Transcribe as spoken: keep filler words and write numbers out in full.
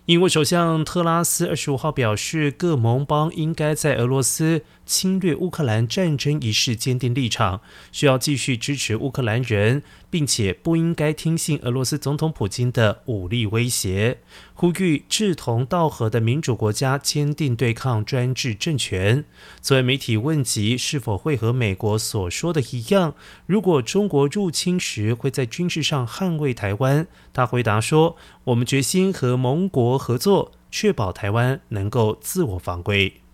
英国首相特拉斯二十五号表示，各盟邦应该在俄罗斯侵略乌克兰战争一事坚定立场，需要继续支持乌克兰人，并且不应该听信俄罗斯总统普京的武力威胁，呼吁志同道合的民主国家坚定对抗专制政权。作为媒体问及是否会和美国所说的一样，如果中国入侵时会在军事上捍卫台湾，他回答说，我们决心和盟国合作，确保台湾能够自我防卫。